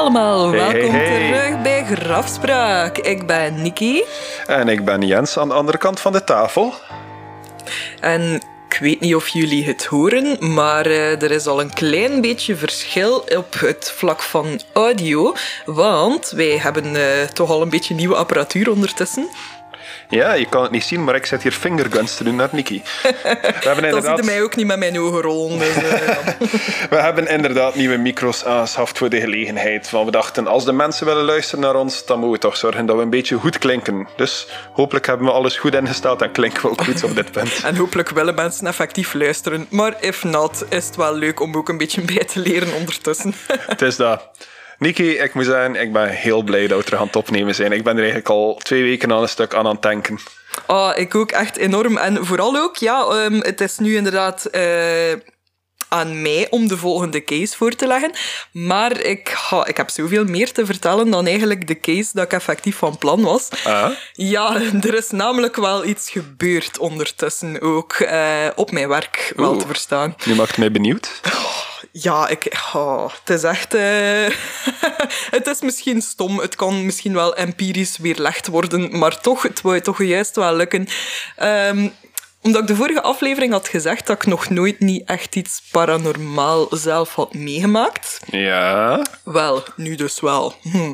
allemaal, Hey, welkom hey. terug bij Grafspraak. Ik ben Niki En ik ben Jens aan de andere kant van de tafel. en ik weet niet of jullie het horen, maar er is al een klein beetje verschil op het vlak van audio, want wij hebben toch al een beetje nieuwe apparatuur ondertussen. Ja, je kan het niet zien, maar ik zit hier fingerguns te doen naar Niki. Dat ziet mij ook niet met mijn ogen rollen. Dus, We hebben inderdaad nieuwe micro's aangeschaft voor de gelegenheid. Want we dachten, als de mensen willen luisteren naar ons, dan moeten we toch zorgen dat we een beetje goed klinken. Dus hopelijk hebben we alles goed ingesteld en klinken we ook goed op dit punt. En hopelijk willen mensen effectief luisteren. Maar if not, is het wel leuk om ook een beetje bij te leren ondertussen. Het is dat. Niki, ik moet zeggen, ik ben heel blij dat we terug aan het opnemen zijn. Ik ben er eigenlijk al 2 weken aan een stuk aan het denken. Ik ook echt enorm. En vooral ook, het is nu inderdaad aan mij om de volgende case voor te leggen. Maar ik heb zoveel meer te vertellen dan eigenlijk de case dat ik effectief van plan was. Ja, er is namelijk wel iets gebeurd ondertussen ook. Op mijn werk wel te verstaan. Nu maakt het mij benieuwd. Ja, het is echt... het is misschien stom, het kan misschien wel empirisch weerlegd worden, maar toch, het wou toch juist wel lukken. Omdat ik de vorige aflevering had gezegd dat ik nog nooit niet echt iets paranormaal zelf had meegemaakt. Ja. Wel, nu dus wel.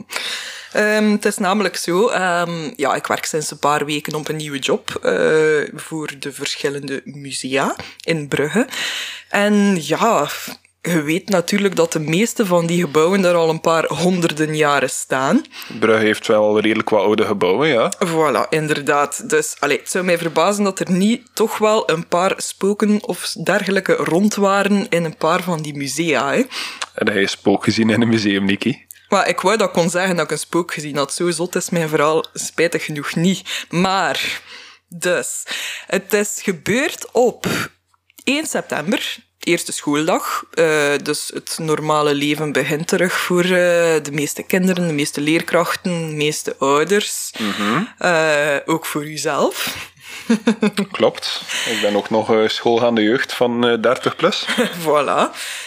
Het is namelijk zo, ik werk sinds een paar weken op een nieuwe job voor de verschillende musea in Brugge. En ja... Je weet natuurlijk dat de meeste van die gebouwen daar al een paar honderden jaren staan. Brugge heeft wel redelijk wat oude gebouwen, ja. Voilà, inderdaad. Dus het zou mij verbazen dat er niet toch wel een paar spoken of dergelijke rond waren in een paar van die musea. Hè. En heb je spook gezien in een museum, Niki? Maar ik wou dat ik kon zeggen dat ik een spook gezien had. Zo zot is mijn verhaal spijtig genoeg niet. Maar, dus, het is gebeurd op 1 september... Eerste schooldag, dus het normale leven begint terug voor de meeste kinderen, de meeste leerkrachten, de meeste ouders. Ook voor uzelf. Klopt. Ik ben ook nog schoolgaande jeugd van 30 plus. Voilà.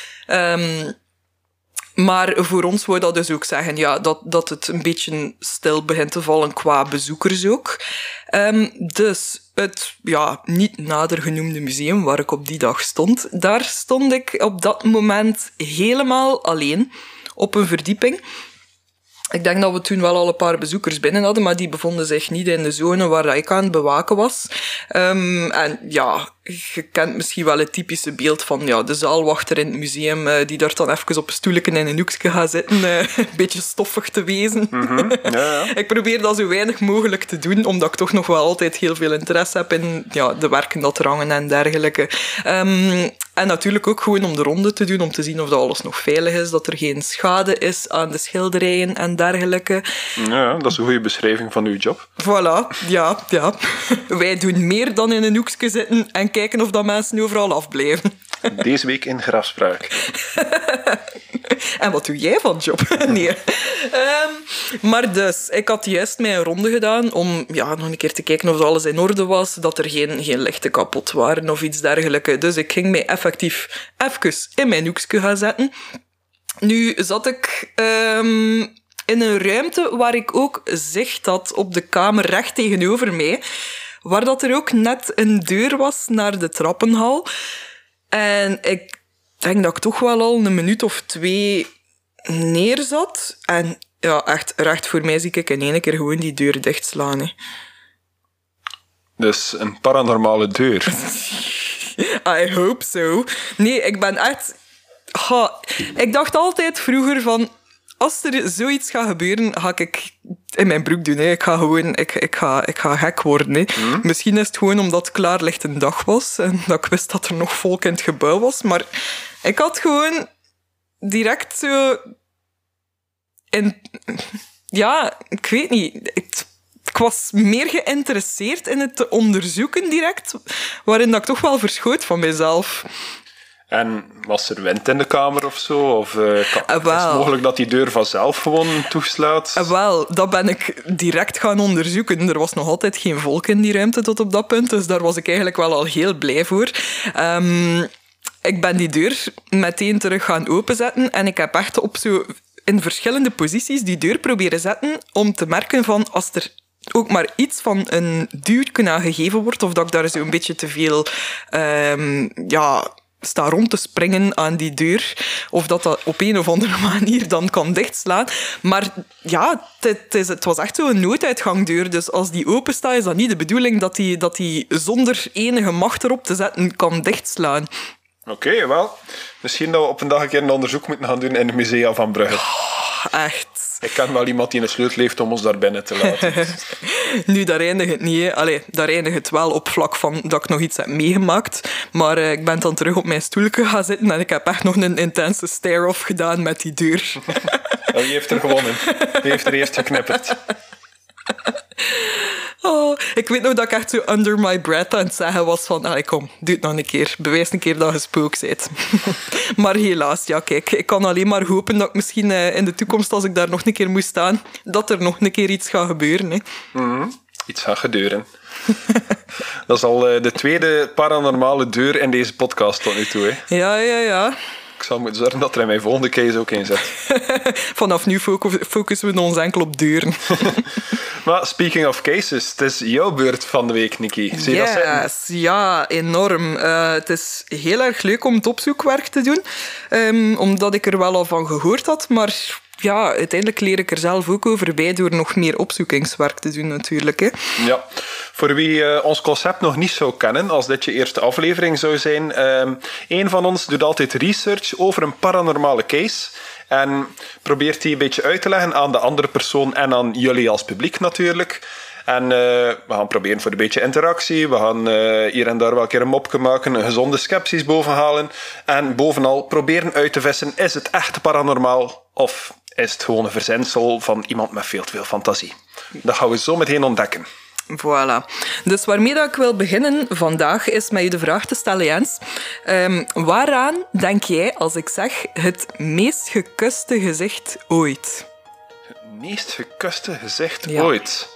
Maar voor ons wou dat dus ook zeggen dat het een beetje stil begint te vallen qua bezoekers ook. Dus het niet nader genoemde museum waar ik op die dag stond, daar stond ik op dat moment helemaal alleen op een verdieping. Ik denk dat we toen wel al een paar bezoekers binnen hadden, maar die bevonden zich niet in de zone waar ik aan het bewaken was. En ja, je kent misschien wel het typische beeld van de zaalwachter in het museum die daar dan even op een stoeletje in een hoekje gaat zitten, een beetje stoffig te wezen. Ja. Ik probeer dat zo weinig mogelijk te doen, omdat ik toch nog wel altijd heel veel interesse heb in de werken dat er hangen en dergelijke. En natuurlijk ook gewoon om de ronde te doen, om te zien of dat alles nog veilig is, dat er geen schade is aan de schilderijen en dergelijke. Ja, dat is een goede beschrijving van uw job. Voilà, ja. Wij doen meer dan in een hoekje zitten en kijken of dat mensen overal afblijven. Deze week in Grafspraak. En wat doe jij van job? Nee. Maar dus, ik had juist mijn ronde gedaan om nog een keer te kijken of alles in orde was, dat er geen lichten kapot waren of iets dergelijks. Dus ik ging mij effectief even in mijn hoekje gaan zetten. Nu zat ik in een ruimte waar ik ook zicht had op de kamer recht tegenover mij, waar dat er ook net een deur was naar de trappenhal. En ik denk dat ik toch wel al een minuut of 2 neerzat. En ja, echt recht voor mij zie ik in 1 keer gewoon die deur dichtslaan. Hè. Dus een paranormale deur. I hope so. Nee, ik ben echt... ik dacht altijd vroeger van... Als er zoiets gaat gebeuren, ga ik in mijn broek doen. Hè. Ik ga gewoon... Ik ga gek worden. Hè. Misschien is het gewoon omdat het klaarlichte dag was en dat ik wist dat er nog volk in het gebouw was. Maar ik had gewoon direct zo... ik weet niet. Ik was meer geïnteresseerd in het te onderzoeken direct, waarin dat ik toch wel verschoot van mezelf. En was er wind in de kamer of zo? Of is het mogelijk dat die deur vanzelf gewoon toeslaat? Wel, dat ben ik direct gaan onderzoeken. Er was nog altijd geen volk in die ruimte tot op dat punt, dus daar was ik eigenlijk wel al heel blij voor. Ik ben die deur meteen terug gaan openzetten en ik heb echt op zo in verschillende posities die deur proberen zetten om te merken van als er ook maar iets van een duwtje aan gegeven wordt of dat ik daar zo een beetje te veel sta rond te springen aan die deur of dat op een of andere manier dan kan dichtslaan. Maar ja, het was echt zo'n nooduitgangdeur. Dus als die open staat, is dat niet de bedoeling dat die zonder enige macht erop te zetten kan dichtslaan. Oké, wel. Misschien dat we op een dag een keer een onderzoek moeten gaan doen in de musea van Brugge. Echt. Ik ken wel iemand die een sleutel heeft om ons daar binnen te laten. Nu, daar eindigt het niet. Allee, daar eindigt het wel op vlak van dat ik nog iets heb meegemaakt. Maar ik ben dan terug op mijn stoeltje gaan zitten en ik heb echt nog een intense stare-off gedaan met die deur. Wie heeft er gewonnen? Wie heeft er eerst geknipperd? Oh, ik weet nog dat ik echt zo under my breath aan het zeggen was van allee, kom, doe het nog een keer. Bewijs een keer dat je spook bent. Maar helaas, ja, kijk, ik kan alleen maar hopen dat ik misschien in de toekomst, als ik daar nog een keer moest staan, dat er nog een keer iets gaat gebeuren. Hè. Iets gaat gebeuren. Dat is al de tweede paranormale deur in deze podcast tot nu toe. Hè. Ja. Ik zal moeten zorgen dat er in mijn volgende case ook in zit. Vanaf nu focussen we ons enkel op deuren. Maar speaking of cases, het is jouw beurt van de week, Nikki. Zie je dat zitten? Ja, enorm. Het is heel erg leuk om het opzoekwerk te doen. Omdat ik er wel al van gehoord had, maar ja, uiteindelijk leer ik er zelf ook over bij door nog meer opzoekingswerk te doen natuurlijk. Hè. Ja, voor wie ons concept nog niet zou kennen, als dit je eerste aflevering zou zijn, een van ons doet altijd research over een paranormale case en probeert die een beetje uit te leggen aan de andere persoon en aan jullie als publiek natuurlijk. En we gaan proberen voor een beetje interactie. We gaan hier en daar wel een keer een mopje maken, een gezonde sceptisch bovenhalen. En bovenal proberen uit te vissen, is het echt paranormaal of is het gewoon een verzinsel van iemand met veel te veel fantasie? Dat gaan we zo meteen ontdekken. Voilà. Dus waarmee dat ik wil beginnen vandaag is met je de vraag te stellen, Jens. Waaraan denk jij als ik zeg het meest gekuste gezicht ooit? Het meest gekuste gezicht Ja. ooit?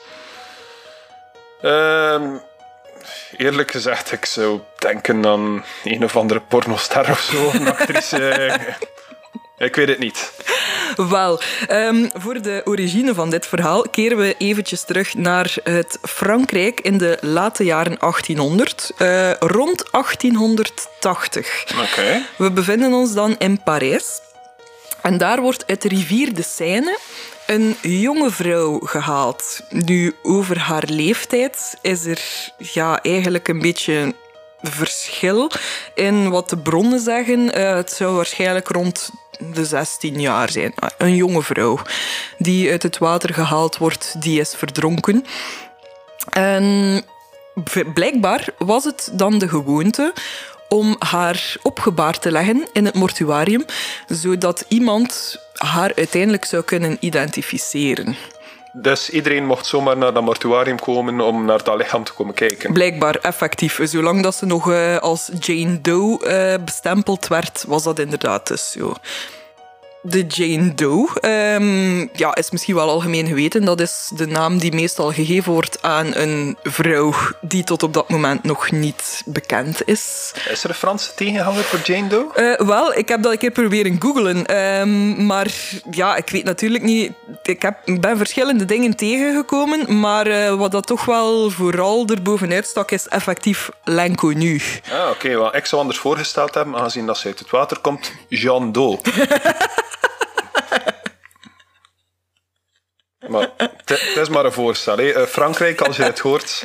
Eerlijk gezegd, ik zou denken aan een of andere pornoster of zo, een actrice. Ik weet het niet. Wel, voor de origine van dit verhaal keren we eventjes terug naar het Frankrijk in de late jaren 1800, rond 1880. Oké. We bevinden ons dan in Parijs. En daar wordt uit de rivier de Seine een jonge vrouw gehaald. Nu, over haar leeftijd is er eigenlijk een beetje verschil in wat de bronnen zeggen. Het zou waarschijnlijk rond de 16 jaar zijn. Een jonge vrouw die uit het water gehaald wordt, die is verdronken. En blijkbaar was het dan de gewoonte om haar opgebaard te leggen in het mortuarium, zodat iemand haar uiteindelijk zou kunnen identificeren. Dus iedereen mocht zomaar naar dat mortuarium komen om naar dat lichaam te komen kijken? Blijkbaar effectief. Zolang dat ze nog als Jane Doe bestempeld werd, was dat inderdaad dus zo. De Jane Doe is misschien wel algemeen geweten. Dat is de naam die meestal gegeven wordt aan een vrouw die tot op dat moment nog niet bekend is. Is er een Franse tegenhanger voor Jane Doe? Wel, ik heb dat een keer proberen googlen. Maar ja, ik weet natuurlijk niet... Ik ben verschillende dingen tegengekomen, maar wat dat toch wel vooral erbovenuit stak, is effectief l'inconnu. Ah, oké. Wel, ik zou anders voorgesteld hebben, aangezien dat ze uit het water komt, Jean Doe. Maar het is maar een voorstel. Hè. Frankrijk, als je het hoort,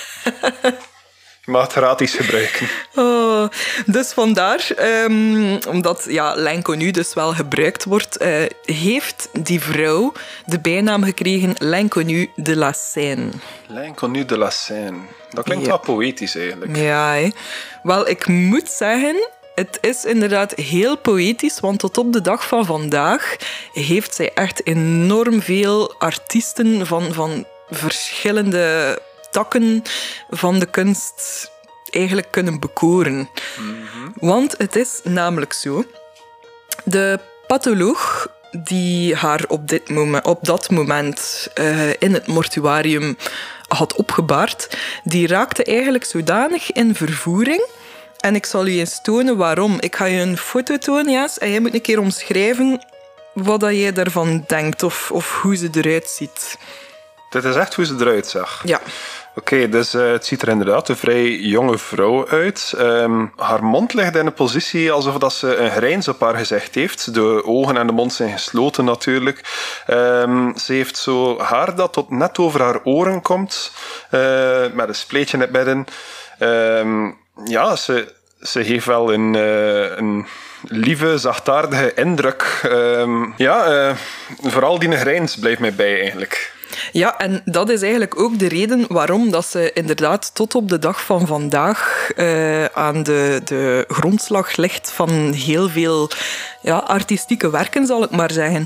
je mag het gratis gebruiken. Oh, dus vandaar, omdat l'inconnu dus wel gebruikt wordt, heeft die vrouw de bijnaam gekregen l'inconnu de la Seine. L'inconnu de la Seine. Dat klinkt wel poëtisch eigenlijk. Ja, hè. Wel, ik moet zeggen, het is inderdaad heel poëtisch, want tot op de dag van vandaag heeft zij echt enorm veel artiesten van verschillende takken van de kunst eigenlijk kunnen bekoren. Mm-hmm. Want het is namelijk zo, de patholoog die haar op dat moment in het mortuarium had opgebaard, die raakte eigenlijk zodanig in vervoering. En ik zal u eens tonen waarom. Ik ga je een foto tonen, Jas, en jij moet een keer omschrijven wat dat jij daarvan denkt of hoe ze eruit ziet. Dit is echt hoe ze eruit zag. Ja. Oké, dus het ziet er inderdaad een vrij jonge vrouw uit. Haar mond ligt in een positie alsof dat ze een grijns op haar gezicht heeft. De ogen en de mond zijn gesloten natuurlijk. Ze heeft zo haar dat tot net over haar oren komt. Met een spleetje in het midden. Ja, ze heeft wel een lieve, zachtaardige indruk. Vooral die grijns blijft mij bij eigenlijk. Ja, en dat is eigenlijk ook de reden waarom dat ze inderdaad tot op de dag van vandaag aan de grondslag ligt van heel veel artistieke werken, zal ik maar zeggen.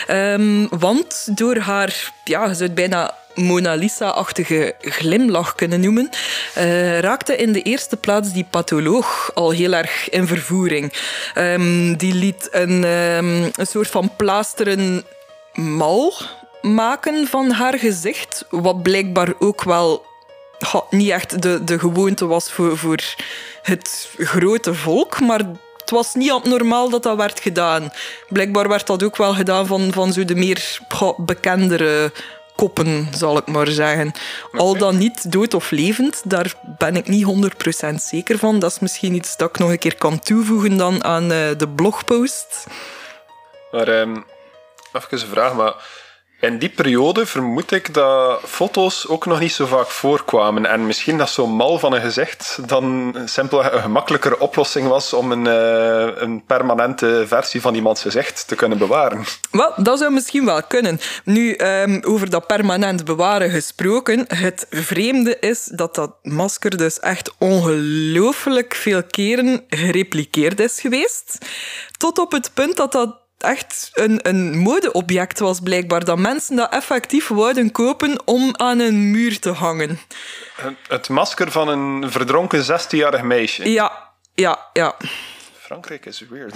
Want door haar, je zou het bijna Mona Lisa-achtige glimlach kunnen noemen, raakte in de eerste plaats die patholoog al heel erg in vervoering. Die liet een soort van plaasteren mal maken van haar gezicht, wat blijkbaar ook wel niet echt de gewoonte was voor het grote volk, maar het was niet abnormaal dat werd gedaan. Blijkbaar werd dat ook wel gedaan van zo de meer bekendere koppen, zal ik maar zeggen. Okay. Al dan niet dood of levend, daar ben ik niet 100% zeker van. Dat is misschien iets dat ik nog een keer kan toevoegen dan aan de blogpost. Maar even een vraag, maar in die periode vermoed ik dat foto's ook nog niet zo vaak voorkwamen. En misschien dat zo'n mal van een gezicht dan simpelweg een gemakkelijkere oplossing was om een permanente versie van iemands gezicht te kunnen bewaren. Wel, dat zou misschien wel kunnen. Nu, over dat permanent bewaren gesproken, het vreemde is dat masker dus echt ongelooflijk veel keren gerepliceerd is geweest. Tot op het punt dat echt een modeobject was blijkbaar, dat mensen dat effectief wouden kopen om aan een muur te hangen. Het masker van een verdronken 16-jarig meisje. Ja. Frankrijk is weird,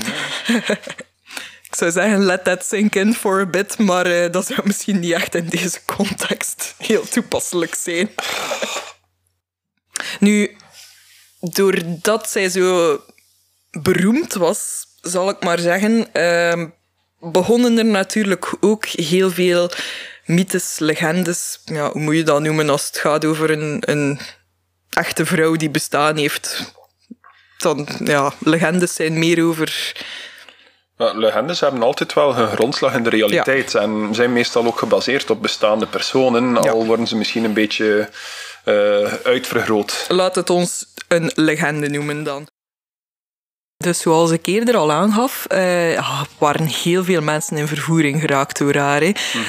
Ik zou zeggen, let that sink in for a bit, maar dat zou misschien niet echt in deze context heel toepasselijk zijn. Nu, doordat zij zo beroemd was, zal ik maar zeggen, begonnen er natuurlijk ook heel veel mythes, legendes. Ja, hoe moet je dat noemen als het gaat over een echte vrouw die bestaan heeft? Dan, legendes zijn meer over... Legendes hebben altijd wel hun grondslag in de realiteit en zijn meestal ook gebaseerd op bestaande personen, al worden ze misschien een beetje uitvergroot. Laat het ons een legende noemen dan. Dus zoals ik eerder al aangaf, waren heel veel mensen in vervoering geraakt door haar.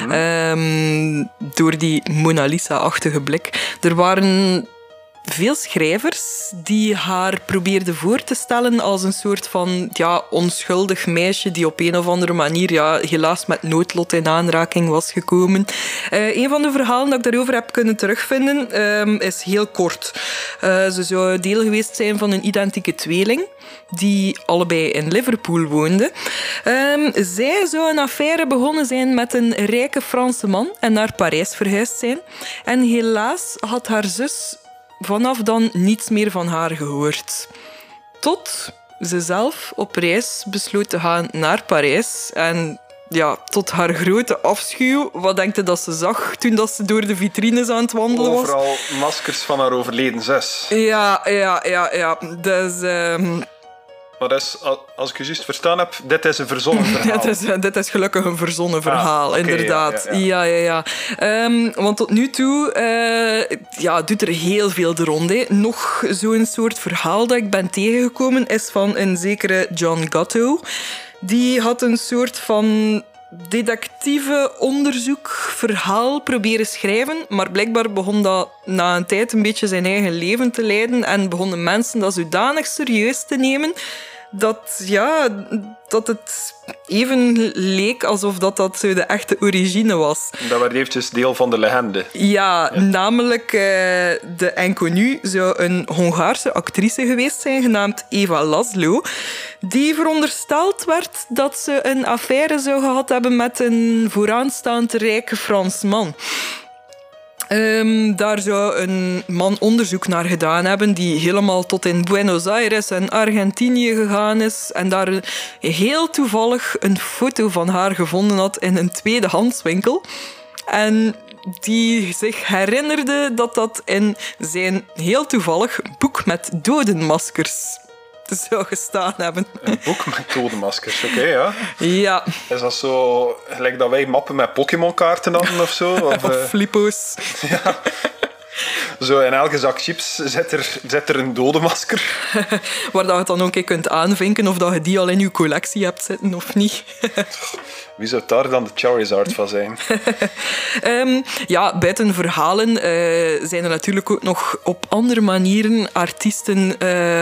Door die Mona Lisa-achtige blik. Er waren veel schrijvers die haar probeerden voor te stellen als een soort van onschuldig meisje die op een of andere manier helaas met noodlot in aanraking was gekomen. Een van de verhalen dat ik daarover heb kunnen terugvinden is heel kort. Ze zou deel geweest zijn van een identieke tweeling die allebei in Liverpool woonden. Zij zou een affaire begonnen zijn met een rijke Franse man en naar Parijs verhuisd zijn. En helaas had haar zus vanaf dan niets meer van haar gehoord. Tot ze zelf op reis besloot te gaan naar Parijs. En tot haar grote afschuw, wat denkt je dat ze zag toen dat ze door de vitrines aan het wandelen was? Overal maskers van haar overleden zus. Ja. Dus... Maar dus, als ik je juist verstaan heb, dit is een verzonnen verhaal. Dit is gelukkig een verzonnen verhaal, inderdaad. Ja. Want tot nu toe doet er heel veel de ronde. Nog zo'n soort verhaal dat ik ben tegengekomen is van een zekere John Gatto. Die had een soort van detectieve onderzoekverhaal proberen schrijven, maar blijkbaar begon dat na een tijd een beetje zijn eigen leven te leiden en begonnen mensen dat zodanig serieus te nemen dat het even leek alsof dat zo de echte origine was. Dat werd eventjes deel van de legende. Ja. Namelijk de inconnue zou een Hongaarse actrice geweest zijn, genaamd Eva Laszlo, die verondersteld werd dat ze een affaire zou gehad hebben met een vooraanstaand rijke Fransman. Daar zou een man onderzoek naar gedaan hebben die helemaal tot in Buenos Aires en Argentinië gegaan is en daar heel toevallig een foto van haar gevonden had in een tweedehandswinkel. En die zich herinnerde dat dat in zijn heel toevallig boek met dodenmaskers zou gestaan hebben. Een boek met dodenmaskers, oké, ja. Ja. Is dat zo, gelijk dat wij mappen met Pokémon-kaarten hadden of zo? Of flippo's. Ja. Zo, in elke zak chips zit er een dodenmasker. Waar dat je het dan ook kunt aanvinken of dat je die al in je collectie hebt zitten of niet. Wie zou daar dan de Charizard van zijn? Ja, buiten verhalen zijn er natuurlijk ook nog op andere manieren artiesten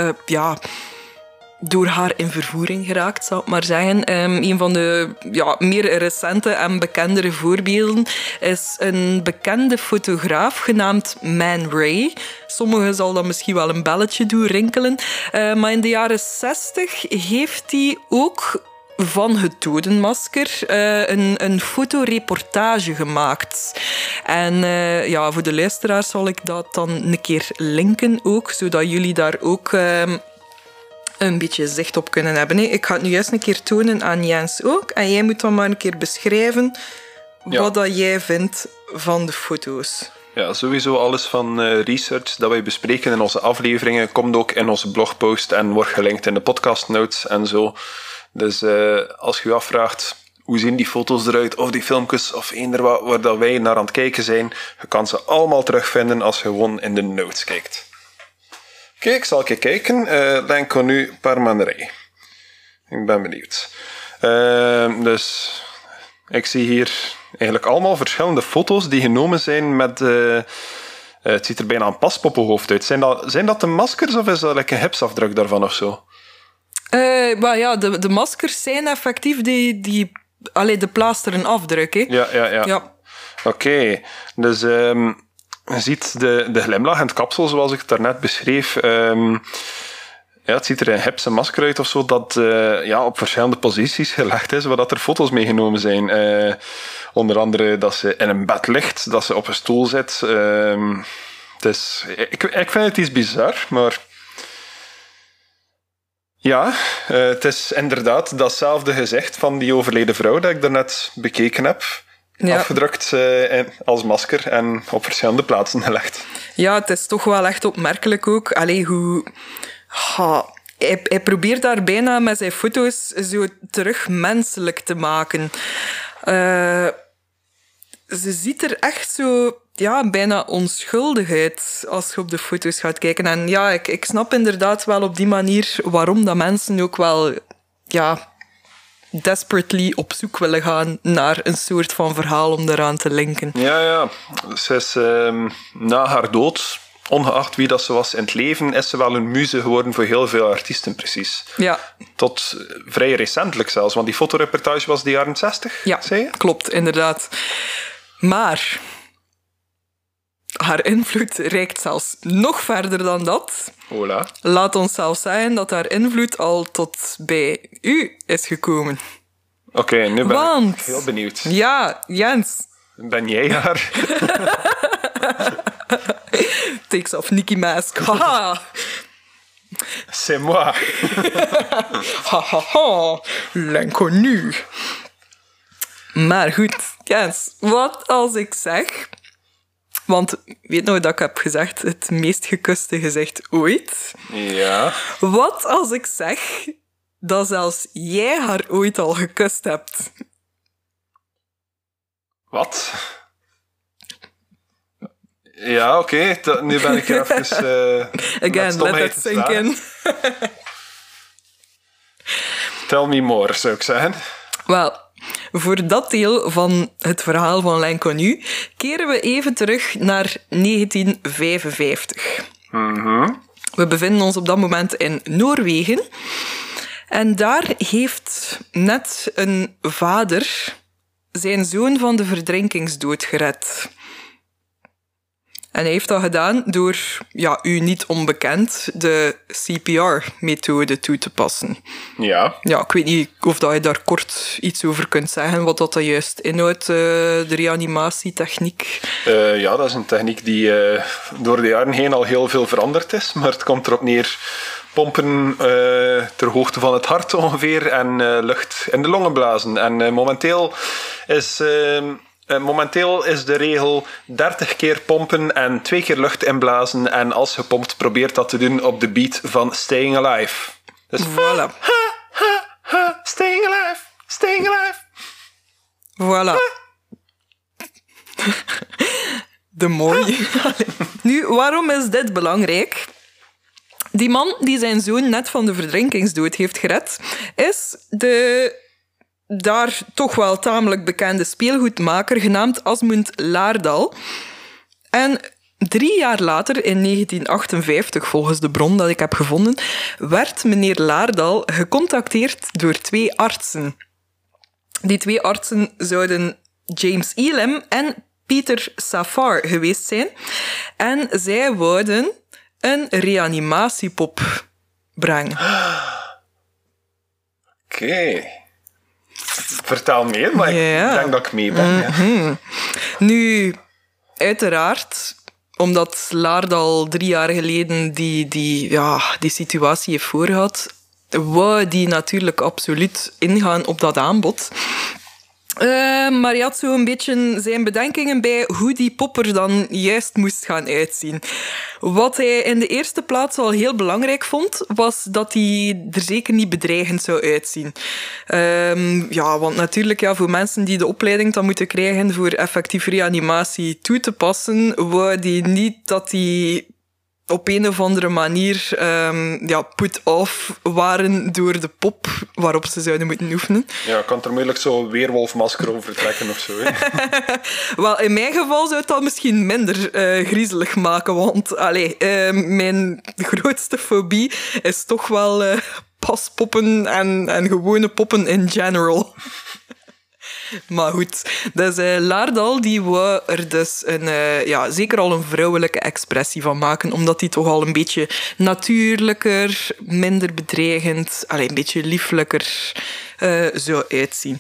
door haar in vervoering geraakt, zou ik maar zeggen. Een van de meer recente en bekendere voorbeelden is een bekende fotograaf genaamd Man Ray. Sommigen zal dat misschien wel een belletje doen rinkelen. Maar in de jaren 60 heeft hij ook van het dodenmasker een fotoreportage gemaakt. En voor de luisteraars zal ik dat dan een keer linken ook, zodat jullie daar ook een beetje zicht op kunnen hebben. Ik ga het nu juist een keer tonen aan Jens ook. En jij moet dan maar een keer beschrijven wat dat jij vindt van de foto's. Ja, sowieso alles van research dat wij bespreken in onze afleveringen komt ook in onze blogpost en wordt gelinkt in de podcastnotes en zo. Dus als je je afvraagt hoe zien die foto's eruit, of die filmpjes, of eender wat waar dat wij naar aan het kijken zijn, je kan ze allemaal terugvinden als je gewoon in de notes kijkt. Oké, ik zal even kijken. L'Inconnue Permanente. Ik ben benieuwd. Dus ik zie hier eigenlijk allemaal verschillende foto's die genomen zijn met... het ziet er bijna een paspoppenhoofd uit. Zijn dat de maskers of is dat like een gipsafdruk daarvan of zo? De maskers zijn effectief de plaasteren afdruk. Hè? Ja. Oké. Dus je ziet de glimlach en het kapsel zoals ik het daarnet beschreef. Het ziet er een hipse masker uit of zo dat op verschillende posities gelegd is, waar dat er foto's meegenomen zijn. Onder andere dat ze in een bed ligt, dat ze op een stoel zit. Ik vind het iets bizar, maar... Ja, het is inderdaad datzelfde gezicht van die overleden vrouw dat ik daarnet bekeken heb. Ja. Afgedrukt als masker en op verschillende plaatsen gelegd. Ja, het is toch wel echt opmerkelijk ook. Allee, hoe... Hij probeert daar bijna met zijn foto's zo terug menselijk te maken. Ze ziet er echt zo bijna onschuldig uit als je op de foto's gaat kijken. En ja, ik snap inderdaad wel op die manier waarom dat mensen ook wel desperately op zoek willen gaan naar een soort van verhaal om daaraan te linken. Ja. Ze is na haar dood, ongeacht wie dat ze was in het leven, is ze wel een muze geworden voor heel veel artiesten, precies. Ja. Tot vrij recentelijk zelfs, want die fotoreportage was de jaren 60, zei je? Klopt, inderdaad. Maar haar invloed reikt zelfs nog verder dan dat. Hola. Laat ons zelfs zeggen dat haar invloed al tot bij u is gekomen. Oké, nu ben ik heel benieuwd. Ja, Jens. Ben jij haar? Takes off Nicky Mask. Haha. C'est moi. Hahaha. L'Inconnue. Maar goed, Jens, wat als ik zeg... Want weet nou dat ik heb gezegd, het meest gekuste gezicht ooit? Ja. Wat als ik zeg dat zelfs jij haar ooit al gekust hebt? Wat? Ja, oké. Nu ben ik er even... Again, let that sink in. Tell me more, zou ik zeggen. Wel, voor dat deel van het verhaal van L'Inconnue keren we even terug naar 1955. Mm-hmm. We bevinden ons op dat moment in Noorwegen. En daar heeft net een vader zijn zoon van de verdrinkingsdood gered. En hij heeft dat gedaan door, ja, u niet onbekend, de CPR-methode toe te passen. Ja. Ja, ik weet niet of dat je daar kort iets over kunt zeggen, wat dat juist inhoudt, de reanimatietechniek. Ja, dat is een techniek die door de jaren heen al heel veel veranderd is. Maar het komt erop neer pompen ter hoogte van het hart ongeveer en lucht in de longen blazen. En momenteel is de regel 30 keer pompen en 2 keer lucht inblazen. En als je pompt, probeert dat te doen op de beat van Staying Alive. Dus Voilà. Staying Alive, Staying Alive. Voilà. De mooi. Nu, waarom is dit belangrijk? Die man die zijn zoon net van de verdrinkingsdood heeft gered, is de daar toch wel tamelijk bekende speelgoedmaker genaamd Asmund Laerdal. En 3 jaar later, in 1958, volgens de bron dat ik heb gevonden, werd meneer Laerdal gecontacteerd door 2 artsen. Die 2 artsen zouden James Elam en Peter Safar geweest zijn. En zij wouden een reanimatiepop brengen. Oké. Vertel meer, maar ik denk dat ik mee ben. Ja. Nu, uiteraard, omdat Laerdal 3 jaar geleden die situatie heeft voorgehad, wou die natuurlijk absoluut ingaan op dat aanbod. Maar hij had zo een beetje zijn bedenkingen bij hoe die pop er dan juist moest gaan uitzien. Wat hij in de eerste plaats al heel belangrijk vond, was dat hij er zeker niet bedreigend zou uitzien. Want natuurlijk, voor mensen die de opleiding dan moeten krijgen voor effectief reanimatie toe te passen, wou die niet dat die op een of andere manier put off waren door de pop waarop ze zouden moeten oefenen. Ja, ik kan er moeilijk zo'n weerwolfmasker over trekken of zo. Wel, in mijn geval zou het dat misschien minder griezelig maken, want mijn grootste fobie is toch wel paspoppen en gewone poppen in general. Maar goed, dus Laerdal die wou er dus zeker al een vrouwelijke expressie van maken, omdat die toch al een beetje natuurlijker, minder bedreigend, een beetje lieflijker zou uitzien.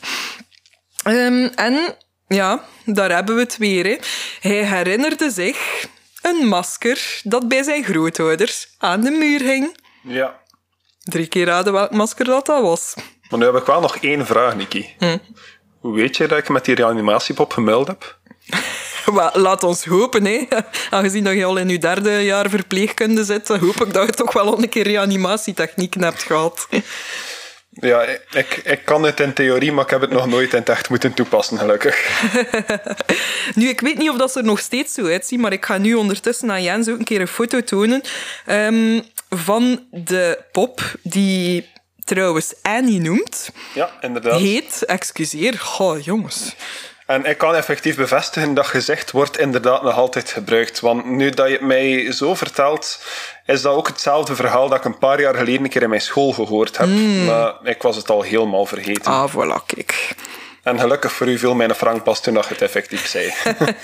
En ja, daar hebben we het weer. Hè. Hij herinnerde zich een masker dat bij zijn grootouders aan de muur hing. Ja. 3 keer raden welk masker dat was. Maar nu heb ik wel nog 1 vraag, Niki. Hoe weet je dat ik met die reanimatiepop gemeld heb? Laat ons hopen, hè. Aangezien dat je al in je 3e jaar verpleegkunde zit, hoop ik dat je toch wel al een keer reanimatietechnieken hebt gehad. Ja, ik kan het in theorie, maar ik heb het nog nooit in het echt moeten toepassen, gelukkig. Nu, ik weet niet of dat er nog steeds zo uitziet, maar ik ga nu ondertussen aan Jens ook een keer een foto tonen van de pop die trouwens Annie noemt. Ja, inderdaad. Heet, excuseer, jongens. En ik kan effectief bevestigen dat gezegd wordt inderdaad nog altijd gebruikt. Want nu dat je het mij zo vertelt, is dat ook hetzelfde verhaal dat ik een paar jaar geleden een keer in mijn school gehoord heb. Maar ik was het al helemaal vergeten. Ah, voilà, kijk. En gelukkig voor u viel mijn frank pas toen dat je het effectief zei.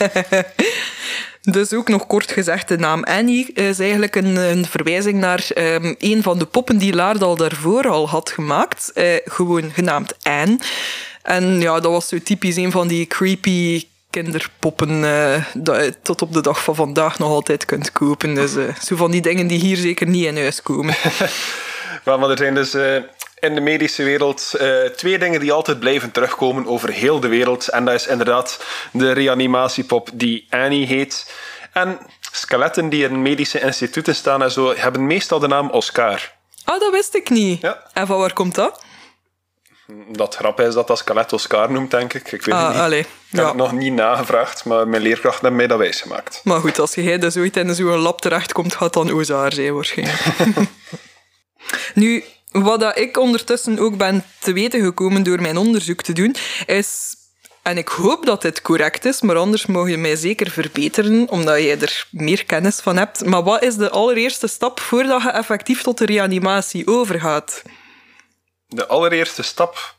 Dus ook nog kort gezegd, de naam Annie is eigenlijk een verwijzing naar een van de poppen die Laerdal daarvoor al had gemaakt. Gewoon genaamd Anne. En ja, dat was zo typisch een van die creepy kinderpoppen dat je tot op de dag van vandaag nog altijd kunt kopen. Dus zo van die dingen die hier zeker niet in huis komen. Maar er zijn dus in de medische wereld 2 dingen die altijd blijven terugkomen over heel de wereld. En dat is inderdaad de reanimatiepop die Annie heet. En skeletten die in medische instituten staan en zo, hebben meestal de naam Oscar. Ah, dat wist ik niet. Ja. En van waar komt dat? Dat grap is dat skelet Oscar noemt, denk ik. Ik weet het niet. Allee, ik heb het nog niet nagevraagd, maar mijn leerkracht heeft mij dat wijsgemaakt. Maar goed, als jij dus ooit in zo'n lab terechtkomt, gaat dan Ozaar zijn waarschijnlijk. Nu, wat ik ondertussen ook ben te weten gekomen door mijn onderzoek te doen, is, en ik hoop dat dit correct is, maar anders mag je mij zeker verbeteren, omdat jij er meer kennis van hebt. Maar wat is de allereerste stap voordat je effectief tot de reanimatie overgaat? De allereerste stap?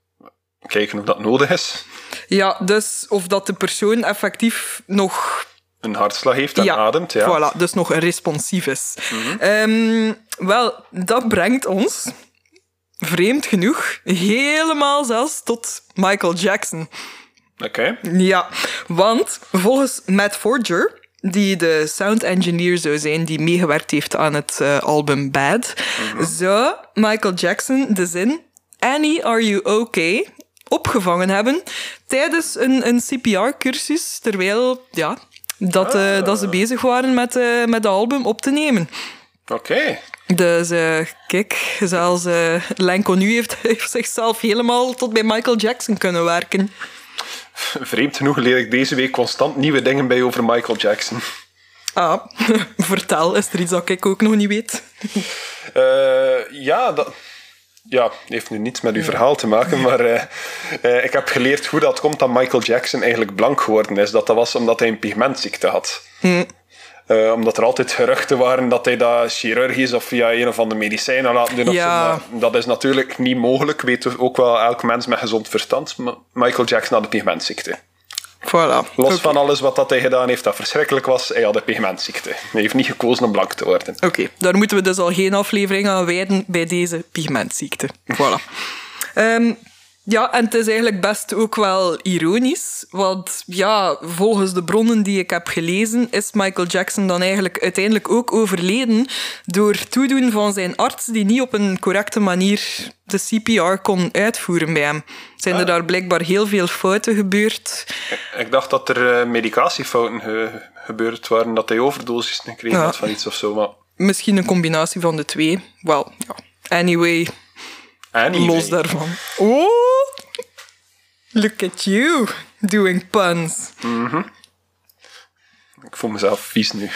Kijken of dat nodig is. Ja, dus of dat de persoon effectief nog een hartslag heeft en ademt. Ja, voilà, dus nog responsief is. Wel, dat brengt ons, vreemd genoeg, helemaal zelfs tot Michael Jackson. Oké. Ja, want volgens Matt Forger, die de sound engineer zou zijn die meegewerkt heeft aan het album Bad, zou Michael Jackson de zin Annie, are you okay? Opgevangen hebben tijdens een CPR-cursus, terwijl dat ze bezig waren met de album op te nemen. Oké. Dus kijk, zelfs L'Inconnu heeft zichzelf helemaal tot bij Michael Jackson kunnen werken. Vreemd genoeg leer ik deze week constant nieuwe dingen bij over Michael Jackson. Ah, vertel, is er iets dat ik ook nog niet weet? Ja, heeft nu niets met uw verhaal te maken, maar ik heb geleerd hoe dat komt dat Michael Jackson eigenlijk blank geworden is. Dat was omdat hij een pigmentziekte had. Omdat er altijd geruchten waren dat hij dat chirurgisch of via een of andere medicijn had laten doen. Of zo. Maar dat is natuurlijk niet mogelijk. Weet ook wel elk mens met gezond verstand. Michael Jackson had een pigmentziekte. Voilà. Los van alles wat dat hij gedaan heeft dat verschrikkelijk was, hij had een pigmentziekte. Hij heeft niet gekozen om blank te worden. Oké, daar moeten we dus al geen aflevering aan wijden bij deze pigmentziekte. Voilà. Ja, en het is eigenlijk best ook wel ironisch, want ja, volgens de bronnen die ik heb gelezen, is Michael Jackson dan eigenlijk uiteindelijk ook overleden door toedoen van zijn arts die niet op een correcte manier de CPR kon uitvoeren bij hem. Zijn er daar blijkbaar heel veel fouten gebeurd? Ik dacht dat er medicatiefouten gebeurd waren, dat hij overdosis gekregen had van iets of zo. Maar... Misschien een combinatie van de twee. Wel, ja. Anyway. Los daarvan. Oh! Look at you, doing puns. Ik voel mezelf vies nu.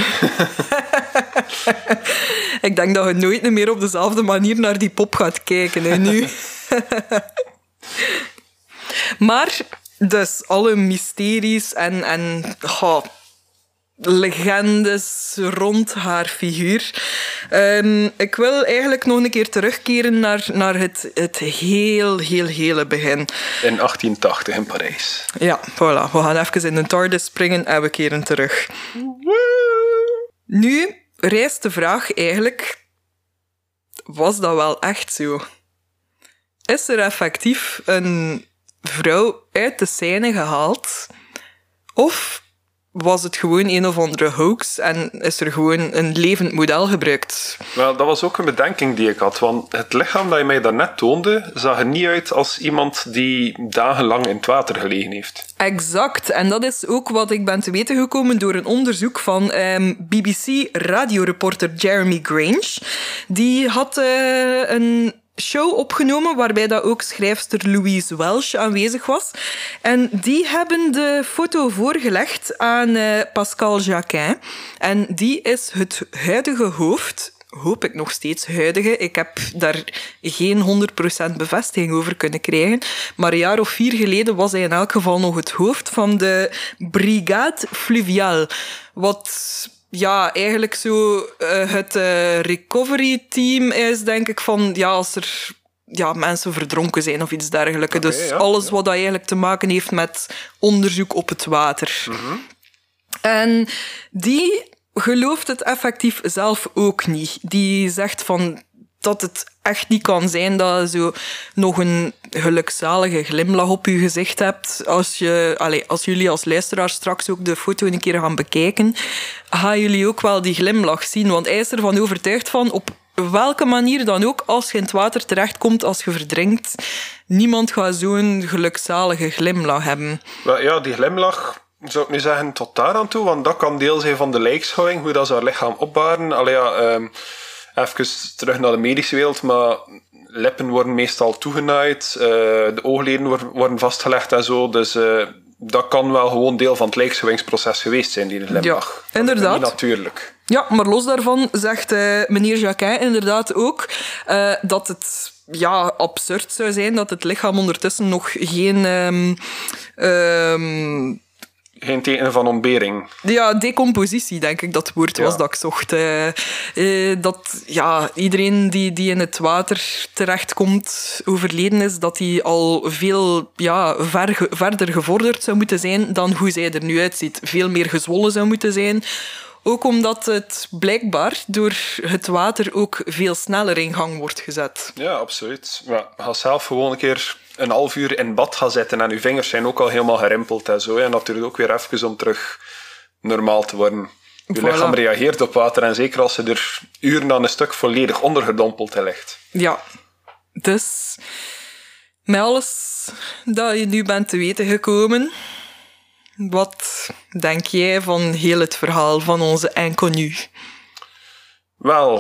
Ik denk dat je nooit meer op dezelfde manier naar die pop gaat kijken, hè, nu. Maar, dus, alle mysteries en legendes rond haar figuur. Ik wil eigenlijk nog een keer terugkeren naar het hele begin. In 1880 in Parijs. Ja, voilà. We gaan even in de TARDIS springen en we keren terug. Nu rijst de vraag eigenlijk... Was dat wel echt zo? Is er effectief een vrouw uit de scène gehaald? Of... was het gewoon een of andere hoax en is er gewoon een levend model gebruikt? Wel, dat was ook een bedenking die ik had, want het lichaam dat je mij daarnet toonde, zag er niet uit als iemand die dagenlang in het water gelegen heeft. Exact, en dat is ook wat ik ben te weten gekomen door een onderzoek van BBC-radioreporter Jeremy Grange. Die had een show opgenomen waarbij dat ook schrijfster Louise Welsh aanwezig was. En die hebben de foto voorgelegd aan Pascal Jacquin. En die is het huidige hoofd, hoop ik nog steeds huidige, ik heb daar geen 100% bevestiging over kunnen krijgen, maar een jaar of 4 geleden was hij in elk geval nog het hoofd van de Brigade Fluviale. Wat... ja, eigenlijk zo het recovery team is, denk ik, van ja, als er mensen verdronken zijn of iets dergelijks. Okay, dus alles wat dat eigenlijk te maken heeft met onderzoek op het water. En die gelooft het effectief zelf ook niet. Die zegt van dat het echt niet kan zijn dat je zo nog een gelukzalige glimlach op je gezicht hebt. Als jullie als luisteraars straks ook de foto een keer gaan bekijken, gaan jullie ook wel die glimlach zien. Want hij is ervan overtuigd van, op welke manier dan ook, als je in het water terechtkomt, als je verdrinkt, niemand gaat zo'n gelukzalige glimlach hebben. Wel, ja, die glimlach... zou ik nu zeggen, tot daar aan toe, want dat kan deel zijn van de lijkschouwing, hoe dat ze haar lichaam opbaren. Even terug naar de medische wereld, maar lippen worden meestal toegenaaid, de oogleden worden vastgelegd en zo, dus dat kan wel gewoon deel van het lijkschouwingsproces geweest zijn, die glimlach. Ja, inderdaad. Niet natuurlijk. Ja, maar los daarvan zegt meneer Jacquin inderdaad ook dat het absurd zou zijn dat het lichaam ondertussen nog geen Geen tekenen van ontbering. Ja, decompositie, denk ik dat het woord was dat ik zocht. Dat iedereen die in het water terechtkomt, overleden is, dat hij al veel verder gevorderd zou moeten zijn dan hoe zij er nu uitziet. Veel meer gezwollen zou moeten zijn. Ook omdat het blijkbaar door het water ook veel sneller in gang wordt gezet. Ja, absoluut. Maar ga zelf gewoon een keer een half uur in bad gaan zitten en uw vingers zijn ook al helemaal gerimpeld en zo. En dat duurt ook weer even om terug normaal te worden. Je lichaam reageert op water en zeker als je er uren aan een stuk volledig ondergedompeld ligt. Ja, dus met alles dat je nu bent te weten gekomen, wat denk jij van heel het verhaal van onze inconnu? Wel,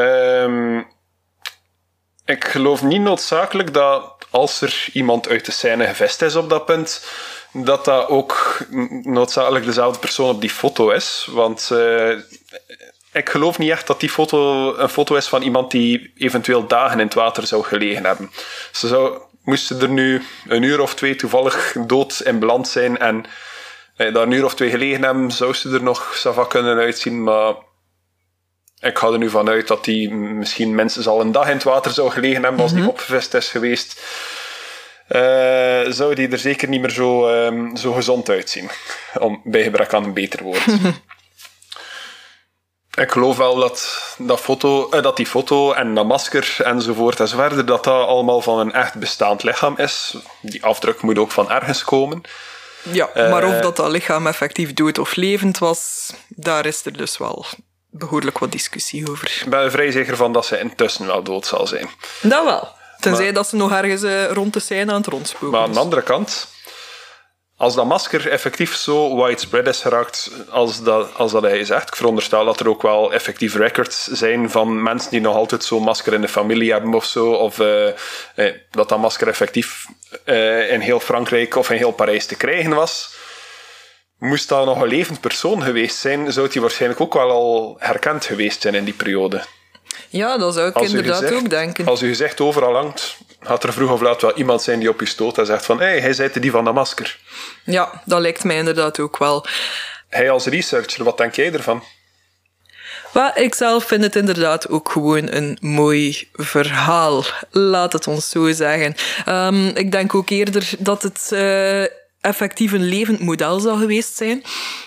ik geloof niet noodzakelijk dat als er iemand uit de scène gevist is op dat punt, dat ook noodzakelijk dezelfde persoon op die foto is. Want ik geloof niet echt dat die foto een foto is van iemand die eventueel dagen in het water zou gelegen hebben. Moesten er nu een uur of 2 toevallig dood in beland zijn en daar een uur of 2 gelegen hebben, zou ze er nog sava kunnen uitzien, maar ik ga er nu vanuit dat die misschien minstens al een dag in het water zou gelegen hebben als die opgevist is geweest. Zou die er zeker niet meer zo gezond uitzien. Bij gebrek aan een beter woord. Ik geloof wel dat die foto en dat masker enzovoort enzoverder, dat dat allemaal van een echt bestaand lichaam is. Die afdruk moet ook van ergens komen. Ja, maar of dat lichaam effectief dood of levend was, daar is er dus wel behoorlijk wat discussie over. Ik ben er vrij zeker van dat ze intussen wel dood zal zijn. Dat wel. Tenzij dat ze nog ergens rond de scène aan het rondspoken. Maar aan de andere kant, als dat masker effectief zo widespread is geraakt als dat hij zegt, ik veronderstel dat er ook wel effectief records zijn van mensen die nog altijd zo'n masker in de familie hebben of zo, of dat masker effectief in heel Frankrijk of in heel Parijs te krijgen was. Moest dat nog een levend persoon geweest zijn, zou hij waarschijnlijk ook wel al herkend geweest zijn in die periode. Ja, dat zou ik inderdaad ook denken. Als u gezicht overal hangt, gaat er vroeg of laat wel iemand zijn die op u stoot en zegt van hij bent die van dat masker. Ja, dat lijkt mij inderdaad ook wel. Hij als researcher, wat denk jij ervan? Ik zelf vind het inderdaad ook gewoon een mooi verhaal. Laat het ons zo zeggen. Ik denk ook eerder dat het effectief een levend model zou geweest zijn.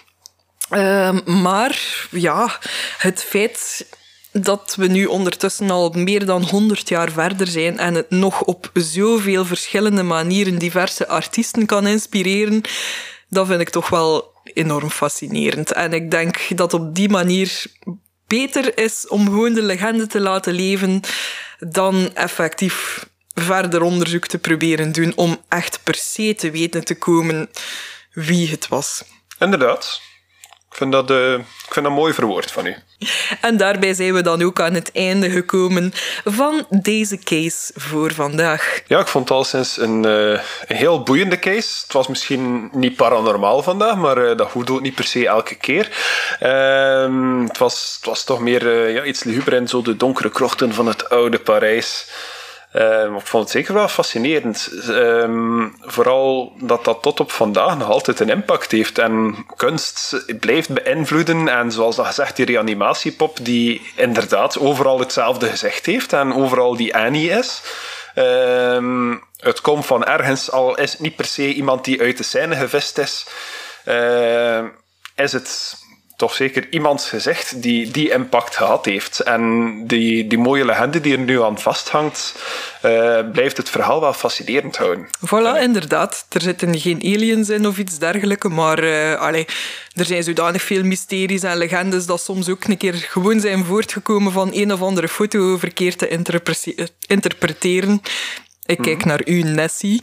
Maar ja, het feit dat we nu ondertussen al meer dan 100 jaar verder zijn en het nog op zoveel verschillende manieren diverse artiesten kan inspireren, dat vind ik toch wel enorm fascinerend. En ik denk dat op die manier beter is om gewoon de legende te laten leven dan effectief verder onderzoek te proberen doen om echt per se te weten te komen wie het was. Inderdaad. Ik vind dat mooi verwoord van u. En daarbij zijn we dan ook aan het einde gekomen van deze case voor vandaag. Ja, ik vond het al sinds een heel boeiende case. Het was misschien niet paranormaal vandaag, maar dat hoeft ook niet per se elke keer. Het was toch meer iets luguber in zo de donkere krochten van het oude Parijs. Ik vond het zeker wel fascinerend. Vooral dat tot op vandaag nog altijd een impact heeft. En kunst blijft beïnvloeden. En zoals dat gezegd, die reanimatiepop die inderdaad overal hetzelfde gezicht heeft. En overal die Annie is. Het komt van ergens, al is het niet per se iemand die uit de scène gevist is. Is het toch zeker iemands gezicht die impact gehad heeft. En die mooie legende die er nu aan vasthangt, blijft het verhaal wel fascinerend houden. Voilà, inderdaad. Er zitten geen aliens in of iets dergelijks, maar er zijn zodanig veel mysteries en legendes dat soms ook een keer gewoon zijn voortgekomen van een of andere foto verkeerd te interpreteren. Ik kijk naar u, Nessie.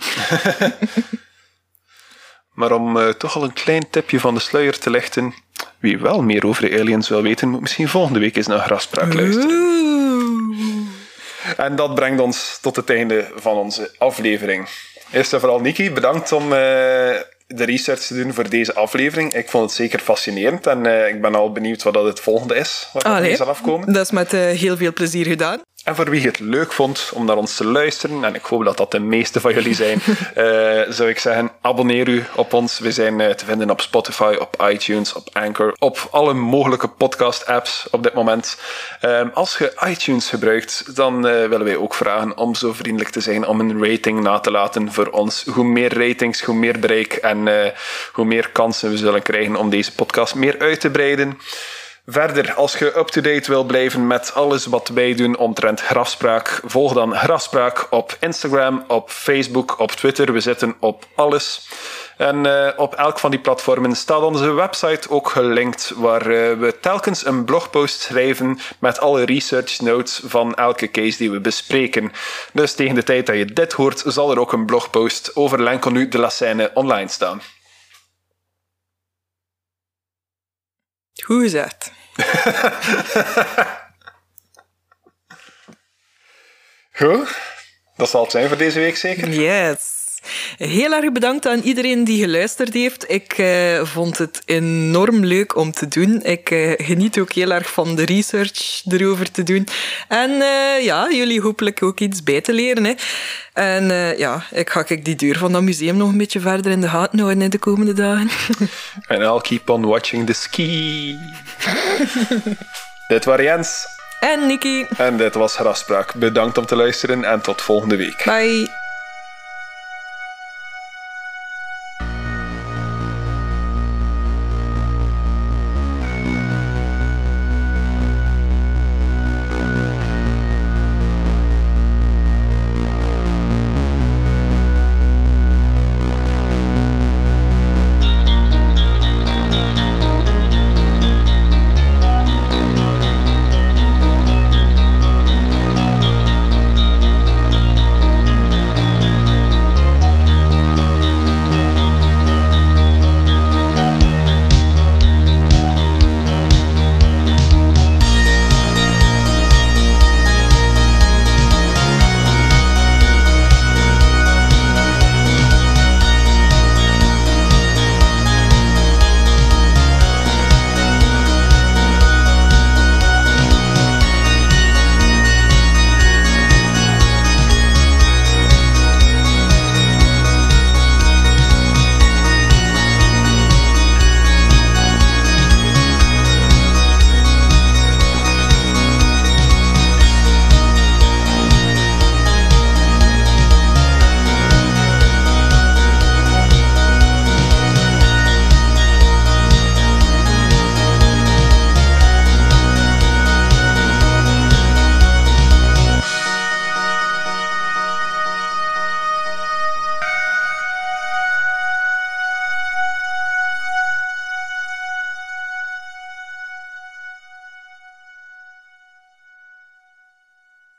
Maar om toch al een klein tipje van de sluier te lichten, wie wel meer over de aliens wil weten, moet misschien volgende week eens naar Grafspraak luisteren. En dat brengt ons tot het einde van onze aflevering. Eerst en vooral, Niki, bedankt om de research te doen voor deze aflevering. Ik vond het zeker fascinerend en ik ben al benieuwd wat dat het volgende is, waar we zal afkomen. Dat is met heel veel plezier gedaan. En voor wie het leuk vond om naar ons te luisteren, en ik hoop dat dat de meeste van jullie zijn, zou ik zeggen, abonneer u op ons. We zijn te vinden op Spotify, op iTunes, op Anchor, op alle mogelijke podcast-apps op dit moment. Als je iTunes gebruikt, dan willen wij ook vragen om zo vriendelijk te zijn om een rating na te laten voor ons. Hoe meer ratings, hoe meer bereik en hoe meer kansen we zullen krijgen om deze podcast meer uit te breiden. Verder, als je up-to-date wil blijven met alles wat wij doen omtrent Grafspraak, volg dan Grafspraak op Instagram, op Facebook, op Twitter. We zitten op alles. En op elk van die platformen staat onze website ook gelinkt, waar we telkens een blogpost schrijven met alle research notes van elke case die we bespreken. Dus tegen de tijd dat je dit hoort, zal er ook een blogpost over L'inconnu de la Seine online staan. Goed gezegd. Goed, dat zal het zijn voor deze week zeker? Yes. Heel erg bedankt aan iedereen die geluisterd heeft. Ik vond het enorm leuk om te doen. Ik geniet ook heel erg van de research erover te doen. En ja, jullie hopelijk ook iets bij te leren. Hè. En ja, ik ga die deur van dat museum nog een beetje verder in de gaten houden in de komende dagen. And I'll keep on watching the ski. Dit was Jens. En Nikki. En dit was Grafspraak. Bedankt om te luisteren en tot volgende week. Bye.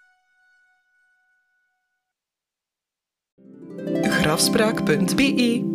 Grafspraak.be